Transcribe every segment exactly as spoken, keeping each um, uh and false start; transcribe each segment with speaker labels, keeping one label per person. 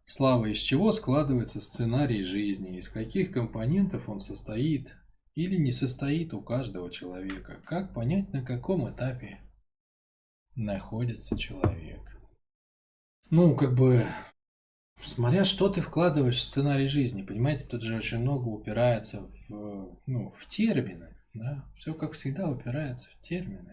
Speaker 1: Слава, из чего складывается сценарий жизни, из каких компонентов он состоит или не состоит у каждого человека? Как понять, на каком этапе находится человек? Ну, как бы, смотря что ты вкладываешь в сценарий жизни, понимаете, тут же очень много упирается в, ну, в термины, да? Все, как всегда, упирается в термины.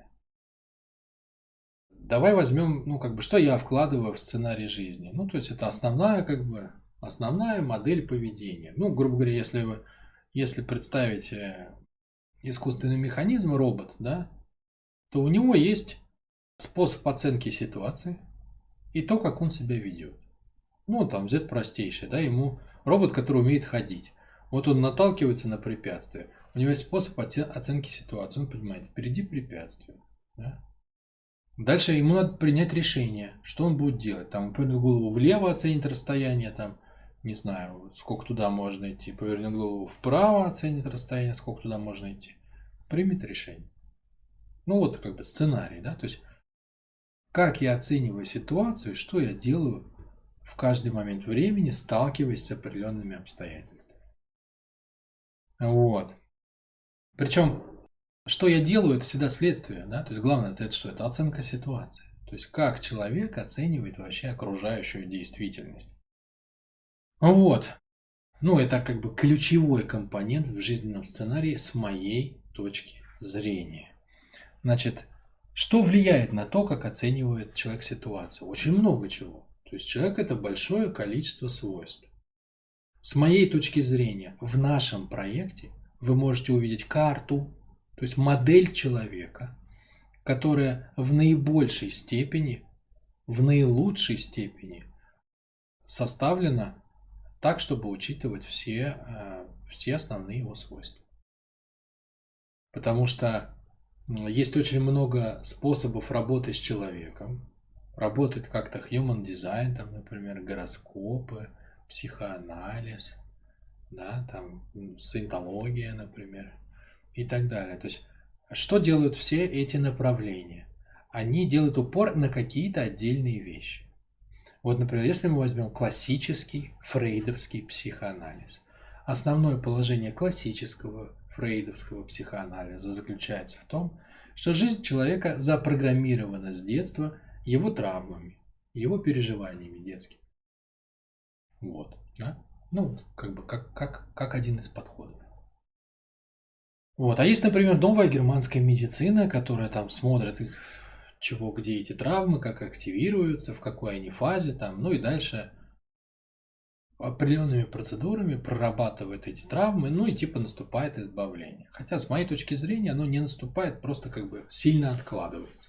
Speaker 1: Давай возьмем, ну, как бы, что я вкладываю в сценарий жизни. Ну, то есть это основная, как бы, основная модель поведения. Ну, грубо говоря, если вы, если представить э, искусственный механизм, робот, да, то у него есть способ оценки ситуации и то, как он себя ведет. Ну, там, взять простейшее, да, ему робот, который умеет ходить. Вот он наталкивается на препятствие. У него есть способ оценки ситуации. Он понимает, впереди препятствие, да. Дальше ему надо принять решение, что он будет делать. Там, повернет голову влево, оценит расстояние, там, не знаю, сколько туда можно идти. Повернет голову вправо, оценит расстояние, сколько туда можно идти. Примет решение. Ну, вот как бы сценарий, да. То есть, как я оцениваю ситуацию, что я делаю в каждый момент времени, сталкиваясь с определенными обстоятельствами. Вот. Причем, что я делаю, это всегда следствие, да, то есть главное это что? Это оценка ситуации. То есть как человек оценивает вообще окружающую действительность. Вот. Ну, это как бы ключевой компонент в жизненном сценарии с моей точки зрения. Значит, что влияет на то, как оценивает человек ситуацию? Очень много чего. То есть человек это большое количество свойств. С моей точки зрения, в нашем проекте вы можете увидеть карту, то есть модель человека, которая в наибольшей степени, в наилучшей степени составлена так, чтобы учитывать все, э, все основные его свойства. Потому что есть очень много способов работы с человеком. Работает как-то human design, там, например, гороскопы, психоанализ, да, там, саентология, например, и так далее. То есть, что делают все эти направления? Они делают упор на какие-то отдельные вещи. Вот, например, если мы возьмем классический фрейдовский психоанализ. Основное положение классического фрейдовского психоанализа заключается в том, что жизнь человека запрограммирована с детства его травмами, его переживаниями детскими. Вот, да? Ну, как бы как, как, как один из подходов. Вот. А есть, например, новая германская медицина, которая там смотрит их, чего, где эти травмы, как активируются, в какой они фазе, там, ну и дальше определенными процедурами прорабатывает эти травмы, ну и типа наступает избавление. Хотя, с моей точки зрения, оно не наступает, просто как бы сильно откладывается.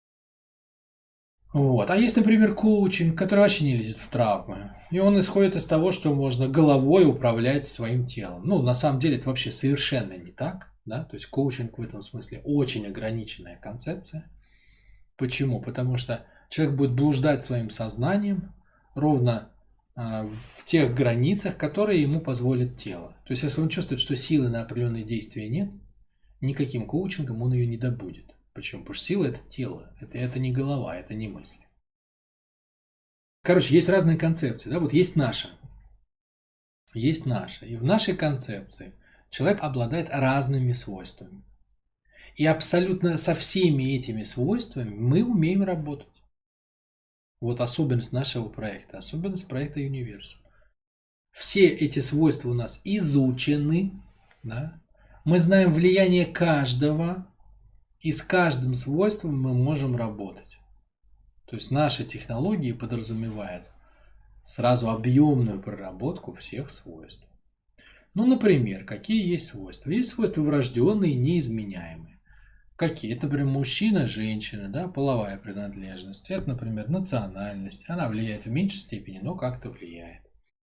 Speaker 1: Вот. А есть, например, коучинг, который вообще не лезет в травмы. И он исходит из того, что можно головой управлять своим телом. Ну, на самом деле, это вообще совершенно не так. Да? То есть коучинг в этом смысле очень ограниченная концепция. Почему? Потому что человек будет блуждать своим сознанием ровно а, в тех границах, которые ему позволит тело. То есть, если он чувствует, что силы на определенные действия нет, никаким коучингом он ее не добудет. Почему? Потому что сила – это тело, это, это не голова, это не мысли. Короче, есть разные концепции. Да? Вот есть наша. Есть наша. И в нашей концепции человек обладает разными свойствами. И абсолютно со всеми этими свойствами мы умеем работать. Вот особенность нашего проекта, особенность проекта Universum. Все эти свойства у нас изучены. Да? Мы знаем влияние каждого. И с каждым свойством мы можем работать. То есть наши технологии подразумевают сразу объемную проработку всех свойств. Ну, например, какие есть свойства? Есть свойства врожденные, неизменяемые. Какие? Это, например, мужчина, женщина, да, половая принадлежность. Это, например, национальность. Она влияет в меньшей степени, но как-то влияет.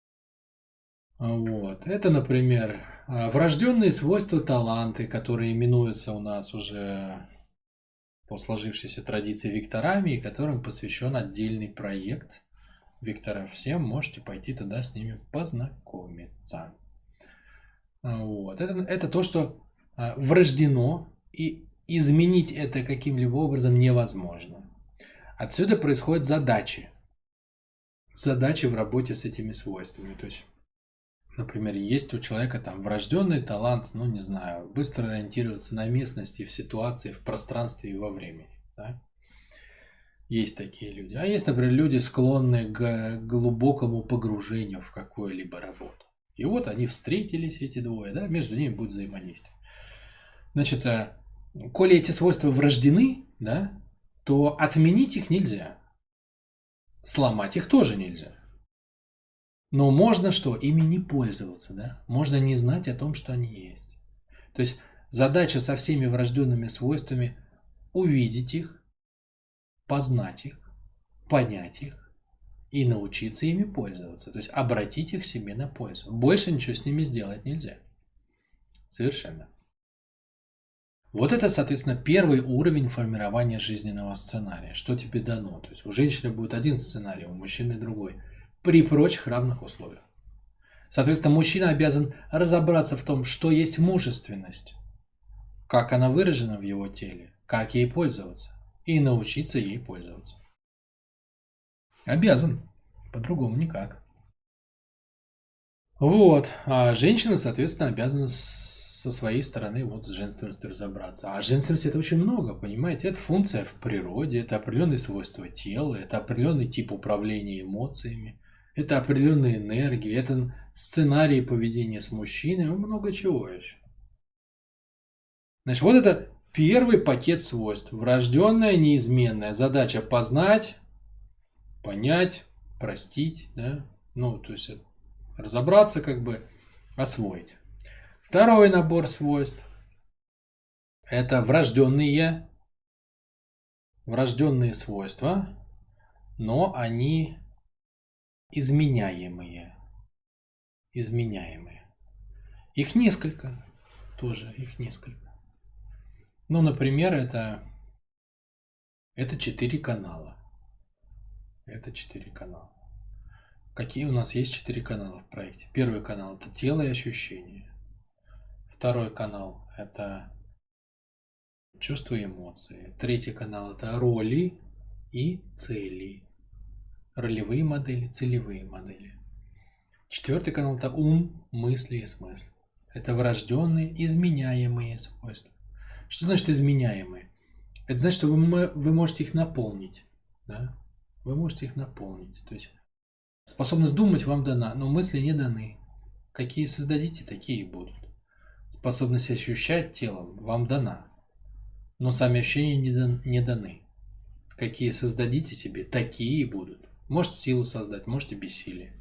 Speaker 1: Вот. Это, например, врожденные свойства, таланты, которые именуются у нас уже по сложившейся традиции векторами, и которым посвящен отдельный проект векторов. Всем можете пойти туда с ними познакомиться. Вот. Это, это то, что врождено, и изменить это каким-либо образом невозможно. Отсюда происходят задачи. задачи в работе с этими свойствами. То есть, например, есть у человека там врожденный талант, ну не знаю, быстро ориентироваться на местности, в ситуации, в пространстве и во времени. Да? Есть такие люди. А есть, например, люди, склонные к глубокому погружению в какую-либо работу. И вот они встретились, эти двое, да, между ними будет взаимодействие. Значит, э, коли эти свойства врождены, да, то отменить их нельзя. Сломать их тоже нельзя. Но можно что? Ими не пользоваться, да? Можно не знать о том, что они есть. То есть задача со всеми врожденными свойствами увидеть их, познать их, понять их и научиться ими пользоваться. То есть обратить их себе на пользу. Больше ничего с ними сделать нельзя. Совершенно. Вот это, соответственно, первый уровень формирования жизненного сценария. Что тебе дано? То есть у женщины будет один сценарий, у мужчины другой. При прочих равных условиях. Соответственно, мужчина обязан разобраться в том, что есть мужественность, как она выражена в его теле, как ей пользоваться, и научиться ей пользоваться. Обязан. По-другому никак. Вот. А женщина, соответственно, обязана со своей стороны вот с женственностью разобраться. А женственность это очень много, понимаете? Это функция в природе, это определенные свойства тела, это определенный тип управления эмоциями, это определенные энергии, это сценарии поведения с мужчиной, ну, много чего еще. Значит, вот это первый пакет свойств. Врожденная, неизменная. Задача познать, понять, простить, да? Ну, то есть разобраться, как бы освоить. Второй набор свойств. Это врожденные, врожденные свойства, но они изменяемые. Изменяемые. Их несколько. Тоже их несколько. Ну, например, это, это четыре канала. Это четыре канала. Какие у нас есть четыре канала в проекте? Первый канал – это тело и ощущения. Второй канал – это чувства и эмоции. Третий канал – это роли и цели. Ролевые модели, целевые модели. Четвертый канал – это ум, мысли и смысл. Это врожденные, изменяемые свойства. Что значит изменяемые? Это значит, что вы, вы можете их наполнить. Да? Вы можете их наполнить. То есть способность думать вам дана, но мысли не даны. Какие создадите, такие и будут. Способность ощущать телом вам дана, но сами ощущения не, дан, не даны. Какие создадите себе, такие и будут. Можете силу создать, можете бессилие.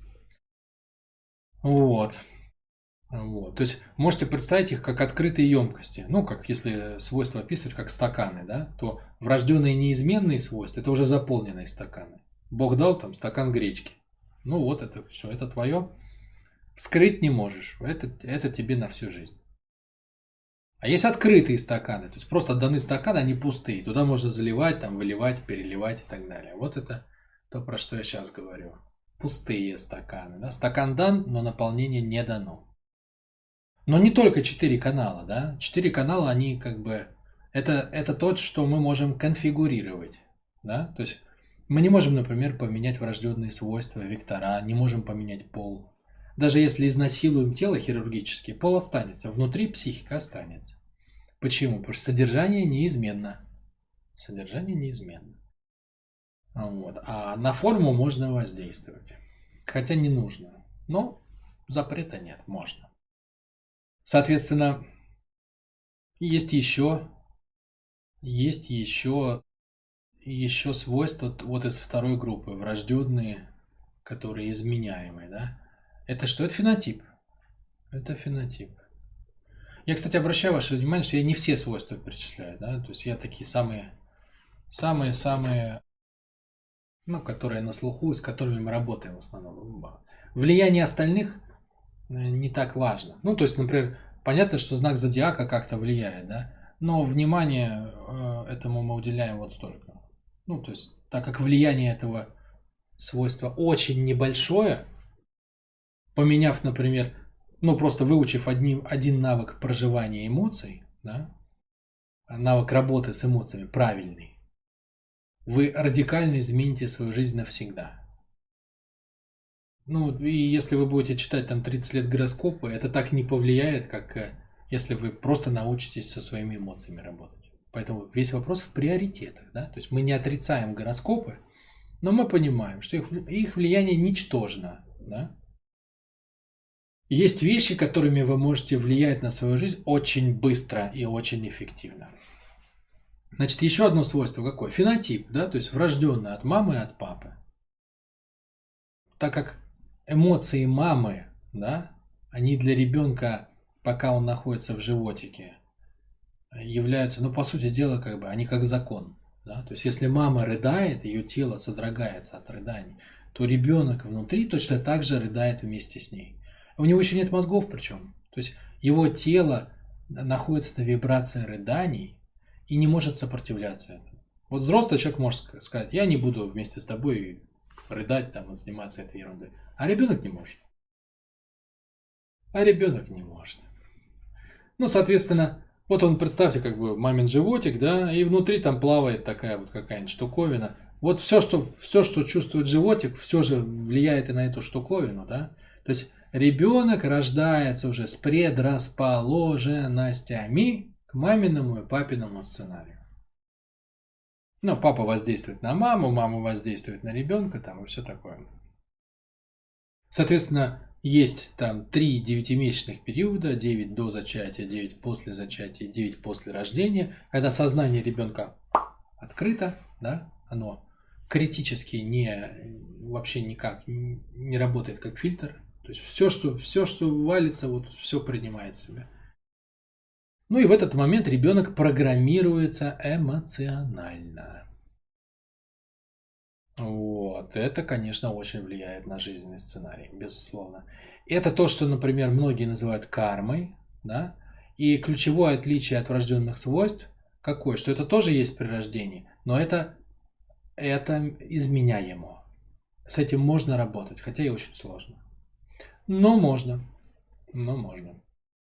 Speaker 1: Вот. Вот. То есть можете представить их как открытые емкости. Ну, как если свойства описывать как стаканы, да, то врожденные неизменные свойства это уже заполненные стаканы. Бог дал там стакан гречки. Ну вот это все, это твое. Вскрыть не можешь. Это, это тебе на всю жизнь. А есть открытые стаканы. То есть просто даны стаканы, они пустые. Туда можно заливать, там, выливать, переливать и так далее. Вот это то, про что я сейчас говорю. Пустые стаканы. Да? Стакан дан, но наполнение не дано. Но не только четыре канала, да. Четыре канала, они как бы... Это, это то, что мы можем конфигурировать, да. То есть мы не можем, например, поменять врожденные свойства, вектора, не можем поменять пол. Даже если изнасилуем тело хирургически, пол останется, внутри психика останется. Почему? Потому что содержание неизменно. Содержание неизменно. Вот. А на форму можно воздействовать. Хотя не нужно. Но запрета нет, можно. Соответственно, есть еще, есть еще, еще свойства вот из второй группы, врожденные, которые изменяемые, да. Это что? Это фенотип. Это фенотип. Я, кстати, обращаю ваше внимание, что я не все свойства перечисляю, да, то есть я такие самые, самые, самые, ну, которые на слуху, с которыми мы работаем в основном. Влияние остальных не так важно. Ну, то есть, например, понятно, что знак зодиака как-то влияет, да, но внимание э, этому мы уделяем вот столько. Ну, то есть, так как влияние этого свойства очень небольшое, поменяв, например, ну, просто выучив одни, один навык проживания эмоций, да, навык работы с эмоциями правильный, вы радикально измените свою жизнь навсегда. Ну, и если вы будете читать там тридцать лет гороскопы, это так не повлияет, как э, если вы просто научитесь со своими эмоциями работать. Поэтому весь вопрос в приоритетах, да? То есть мы не отрицаем гороскопы, но мы понимаем, что их, их влияние ничтожно, да? Есть вещи, которыми вы можете влиять на свою жизнь очень быстро и очень эффективно. Значит, еще одно свойство какое? Фенотип, да, то есть врожденный от мамы и от папы. Так как эмоции мамы, да, они для ребенка, пока он находится в животике, являются, ну, по сути дела, как бы, они как закон. Да? То есть, если мама рыдает, ее тело содрогается от рыданий, то ребенок внутри точно так же рыдает вместе с ней. У него еще нет мозгов причем. То есть, его тело находится на вибрации рыданий и не может сопротивляться этому. Вот взрослый человек может сказать, я не буду вместе с тобой рыдать там и заниматься этой ерундой. А ребенок не может. А ребенок не может. Ну, соответственно, вот он, представьте, как бы мамин животик, да, и внутри там плавает такая вот какая-нибудь штуковина. Вот все, что, все, что чувствует животик, все же влияет и на эту штуковину, да. То есть ребенок рождается уже с предрасположенностями к маминому и папиному сценарию. Ну, папа воздействует на маму, мама воздействует на ребенка, там и все такое. Соответственно, есть там три девятимесячных периода, девять до зачатия, девять после зачатия, девять после рождения, когда сознание ребенка открыто, да, оно критически не, вообще никак не работает как фильтр. То есть все, что, все, что валится, вот все принимает в себя. Ну и в этот момент ребенок программируется эмоционально. Вот, это, конечно, очень влияет на жизненный сценарий, безусловно. Это то, что, например, многие называют кармой, да, и ключевое отличие от врожденных свойств какое? Что это тоже есть при рождении, но это, это изменяемо. С этим можно работать, хотя и очень сложно. Но можно, но можно.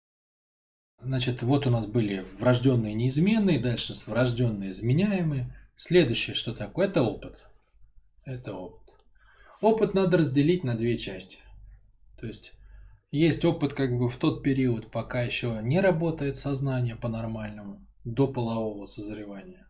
Speaker 1: Значит, вот у нас были врожденные неизменные, дальше врожденные изменяемые. Следующее, что такое? Это опыт. Это опыт. Опыт надо разделить на две части. То есть, есть опыт как бы в тот период, пока еще не работает сознание по-нормальному, до полового созревания.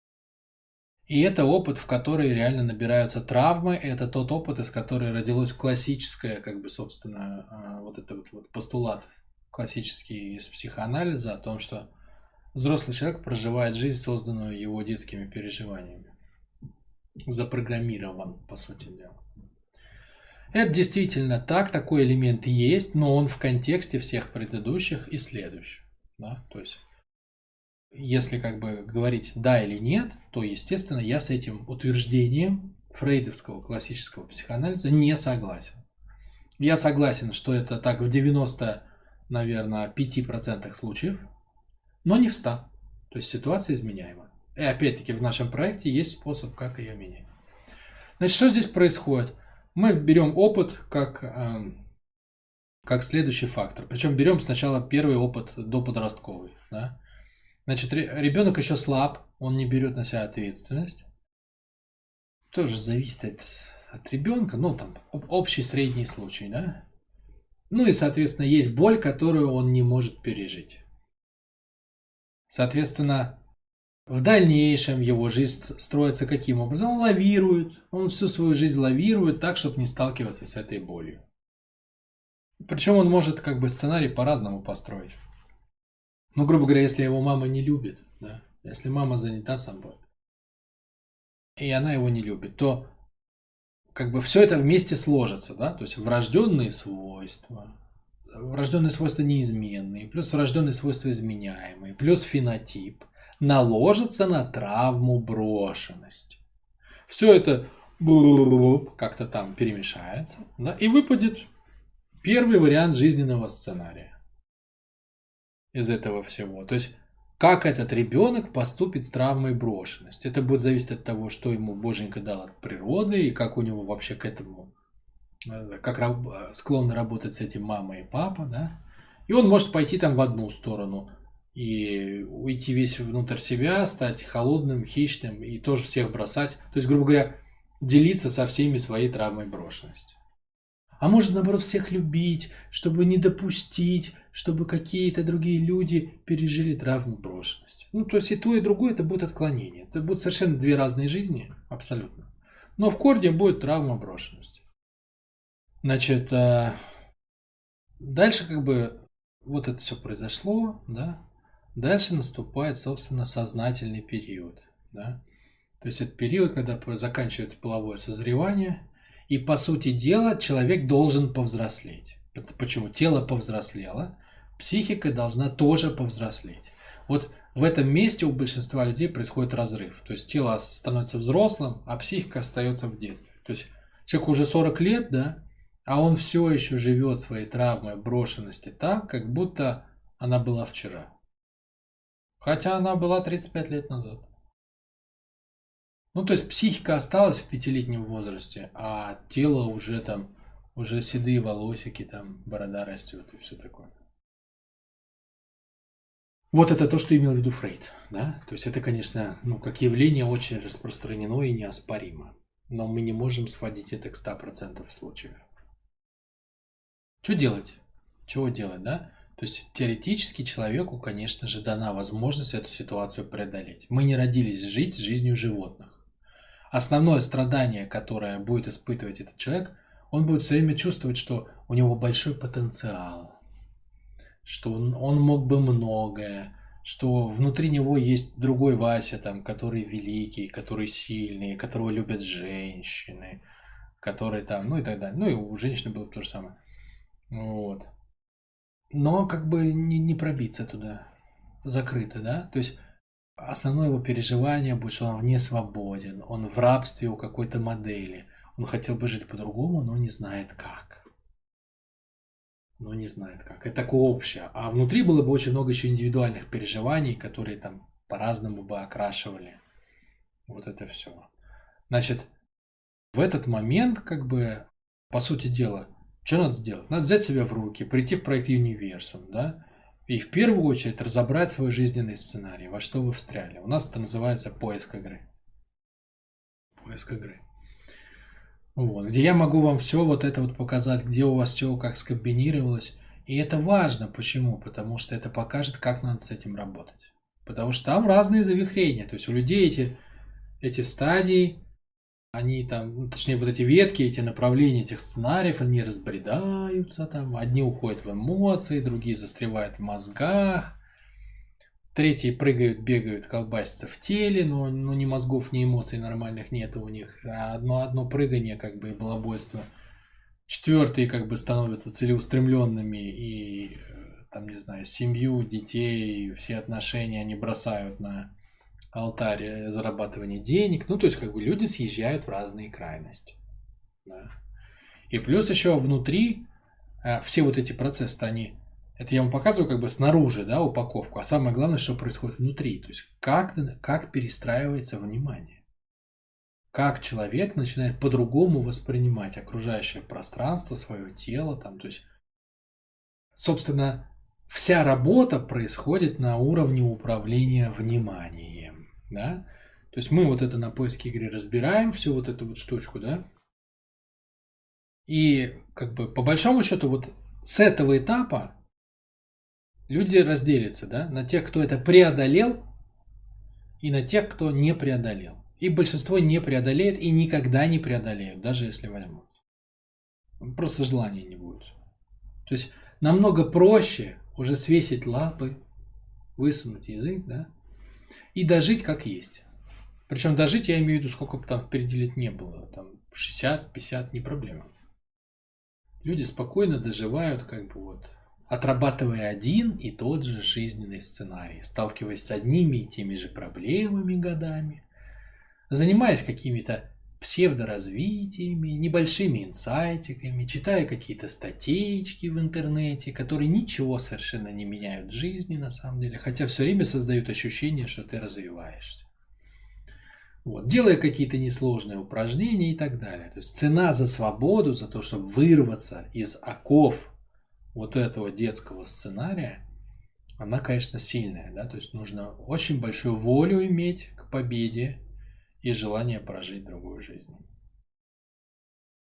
Speaker 1: И это опыт, в который реально набираются травмы. Это тот опыт, из которого родилось классическое, как бы, собственно, вот этот вот постулат классический из психоанализа о том, что взрослый человек проживает жизнь, созданную его детскими переживаниями. Запрограммирован, по сути дела. Это действительно так, такой элемент есть, но он в контексте всех предыдущих и следующих. Да? То есть, если как бы говорить да или нет, то, естественно, я с этим утверждением фрейдовского классического психоанализа не согласен. Я согласен, что это так в девяноста, наверное, пяти процентах случаев, но не в ста. То есть ситуация изменяема. И опять-таки в нашем проекте есть способ, как ее менять. Значит, что здесь происходит? Мы берем опыт как, э, как следующий фактор. Причем берем сначала первый опыт до подростковый. Да? Значит, ребенок еще слаб, он не берет на себя ответственность. Тоже зависит от, от ребенка, ну там общий средний случай, да? Ну и, соответственно, есть боль, которую он не может пережить. Соответственно, в дальнейшем его жизнь строится каким образом? Он лавирует, он всю свою жизнь лавирует так, чтобы не сталкиваться с этой болью. Причем он может как бы сценарий по-разному построить. Ну, грубо говоря, если его мама не любит, да, если мама занята собой, и она его не любит, то как бы все это вместе сложится, да, то есть врожденные свойства, врожденные свойства неизменные, плюс врожденные свойства изменяемые, плюс фенотип наложится на травму брошенности. Все это как-то там перемешается, да, и выпадет первый вариант жизненного сценария из этого всего. То есть, как этот ребенок поступит с травмой брошенности. Это будет зависеть от того, что ему Боженька дал от природы, и как у него вообще к этому, как склонны работать с этим мама и папа, да. И он может пойти там в одну сторону и уйти весь внутрь себя, стать холодным, хищным и тоже всех бросать. То есть, грубо говоря, делиться со всеми своей травмой брошенности. А может, наоборот, всех любить, чтобы не допустить, чтобы какие-то другие люди пережили травму брошенности. Ну, то есть и то, и другое это будет отклонение. Это будут совершенно две разные жизни, абсолютно. Но в корне будет травма брошенности. Значит, э, дальше как бы вот это все произошло, да. Дальше наступает, собственно, сознательный период, да. То есть это период, когда заканчивается половое созревание, и, по сути дела, человек должен повзрослеть. Почему? Тело повзрослело, психика должна тоже повзрослеть. Вот в этом месте у большинства людей происходит разрыв. То есть тело становится взрослым, а психика остается в детстве. То есть человеку уже сорок лет, да, а он все еще живет своей травмой брошенности так, как будто она была вчера. Хотя она была тридцать пять лет назад. Ну, то есть психика осталась в пятилетнем возрасте, а тело уже там, уже седые волосики, там, борода растет и все такое. Вот это то, что имел в виду Фрейд, да? То есть это, конечно, ну, как явление очень распространено и неоспоримо. Но мы не можем сводить это к ста процентам случаев. Что делать? Чего делать, да? То есть теоретически человеку, конечно же, дана возможность эту ситуацию преодолеть. Мы не родились жить жизнью животных. Основное страдание, которое будет испытывать этот человек, он будет все время чувствовать, что у него большой потенциал, что он, он мог бы многое, что внутри него есть другой Вася, там, который великий, который сильный, которого любят женщины, который там, ну и так далее. Ну и у женщины было то же самое. Вот. Но как бы не, не пробиться туда, закрыто, да? То есть основное его переживание будет, что он не свободен, он в рабстве у какой-то модели. Он хотел бы жить по-другому, но не знает как. Но не знает как. Это такое общее. А внутри было бы очень много еще индивидуальных переживаний, которые там по-разному бы окрашивали вот это все. Значит, в этот момент, как бы, по сути дела, что надо сделать? Надо взять себя в руки, прийти в проект Universum, да, и в первую очередь разобрать свой жизненный сценарий, во что вы встряли. У нас это называется поиск игры. Поиск игры. Вот, где я могу вам все вот это вот показать, где у вас чего как скомбинировалось. И это важно. Почему? Потому что это покажет, как надо с этим работать. Потому что там разные завихрения. То есть у людей эти, эти стадии, они там, ну, точнее вот эти ветки, эти направления этих сценариев, они разбредаются там. Одни уходят в эмоции, другие застревают в мозгах. Третьи прыгают, бегают, колбасятся в теле, но, но ни мозгов, ни эмоций нормальных нет у них. А одно, одно прыгание, как бы, и балабольство. Четвертые, как бы, становятся целеустремленными и, там, не знаю, семью, детей, все отношения они бросают на алтарь зарабатывания денег. Ну, то есть, как бы, люди съезжают в разные крайности. Да. И плюс еще внутри все вот эти процессы, они... Это я вам показываю как бы снаружи, да, упаковку. А самое главное, что происходит внутри. То есть как, как перестраивается внимание. Как человек начинает по-другому воспринимать окружающее пространство, свое тело. Там, то есть, собственно, вся работа происходит на уровне управления вниманием. Да? То есть мы вот это на поиске игры разбираем, всю вот эту вот штучку, да. И как бы по большому счету вот с этого этапа люди разделятся, да, на тех, кто это преодолел, и на тех, кто не преодолел. И большинство не преодолеет и никогда не преодолеют, даже если возьмут. Просто желания не будет. То есть намного проще уже свесить лапы, высунуть язык, да, и дожить как есть. Причем дожить я имею в виду, сколько бы там впереди лет не было. Там шестьдесят пятьдесят не проблема. Люди спокойно доживают, как бы вот, отрабатывая один и тот же жизненный сценарий, сталкиваясь с одними и теми же проблемами годами, занимаясь какими-то псевдоразвитиями, небольшими инсайтиками, читая какие-то статейки в интернете, которые ничего совершенно не меняют в жизни на самом деле, хотя все время создают ощущение, что ты развиваешься. Вот, делая какие-то несложные упражнения и так далее. То есть цена за свободу, за то, чтобы вырваться из оков вот этого детского сценария, она, конечно, сильная, да, то есть нужно очень большую волю иметь к победе и желание прожить другую жизнь.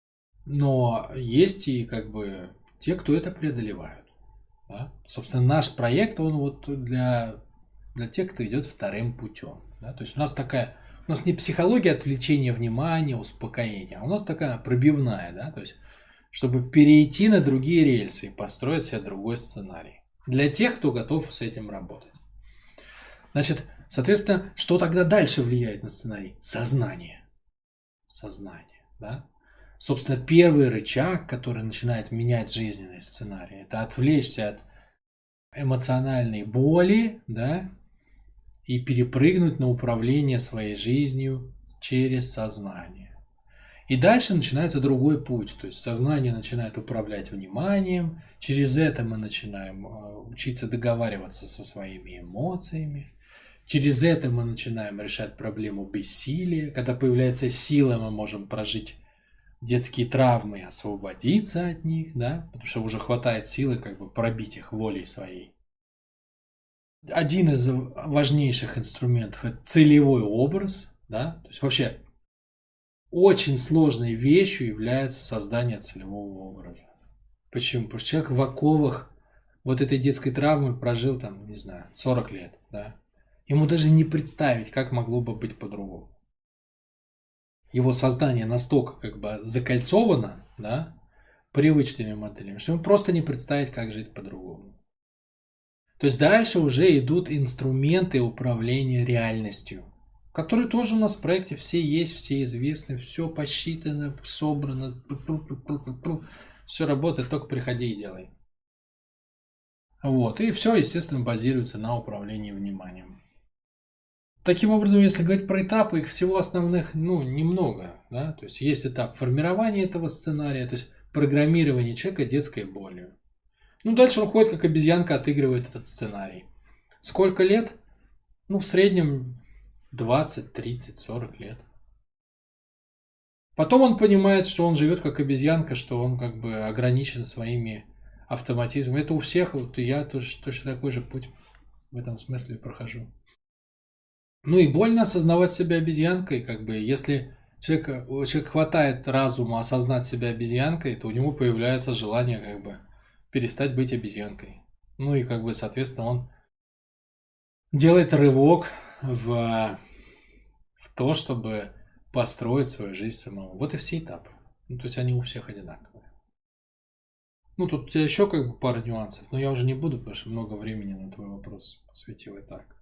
Speaker 1: Но есть и как бы те, кто это преодолевают. Да? Собственно, наш проект, он вот для, для тех, кто идет вторым путем. Да? То есть у нас такая, у нас не психология отвлечения внимания, успокоения, а у нас такая пробивная, да, то есть чтобы перейти на другие рельсы и построить себе другой сценарий. Для тех, кто готов с этим работать. Значит, соответственно, что тогда дальше влияет на сценарий? Сознание. Сознание, да? Собственно, первый рычаг, который начинает менять жизненный сценарий, это отвлечься от эмоциональной боли, да, и перепрыгнуть на управление своей жизнью через сознание. И дальше начинается другой путь, то есть сознание начинает управлять вниманием, через это мы начинаем учиться договариваться со своими эмоциями, через это мы начинаем решать проблему бессилия, когда появляется сила, мы можем прожить детские травмы и освободиться от них, да, потому что уже хватает силы как бы пробить их волей своей. Один из важнейших инструментов – это целевой образ, да, то есть вообще очень сложной вещью является создание целевого образа. Почему? Потому что человек в оковах вот этой детской травмы прожил там, не знаю, сорок лет, да, ему даже не представить, как могло бы быть по-другому. Его сознание настолько как бы закольцовано, да, привычными моделями, что ему просто не представить, как жить по-другому. То есть дальше уже идут инструменты управления реальностью, которые тоже у нас в проекте все есть, все известны, все посчитано, собрано, все работает, только приходи и делай. Вот, и все, естественно, базируется на управлении вниманием. Таким образом, если говорить про этапы, их всего основных, ну, немного, да, то есть есть этап формирования этого сценария, то есть программирование человека детской болью. Ну, дальше он ходит, как обезьянка, отыгрывает этот сценарий. Сколько лет? Ну, в среднем двадцать, тридцать, сорок лет. Потом он понимает, что он живет как обезьянка, что он как бы ограничен своими автоматизмами. Это у всех, вот и я тоже, точно такой же путь в этом смысле прохожу. Ну и больно осознавать себя обезьянкой, как бы, если человек, человек хватает разума осознать себя обезьянкой, то у него появляется желание как бы перестать быть обезьянкой. Ну и как бы, соответственно, он делает рывок в, в то, чтобы построить свою жизнь самому. Вот и все этапы. Ну, то есть они у всех одинаковые. Ну, тут у тебя еще как бы пара нюансов, но я уже не буду, потому что много времени на твой вопрос посвятил и так.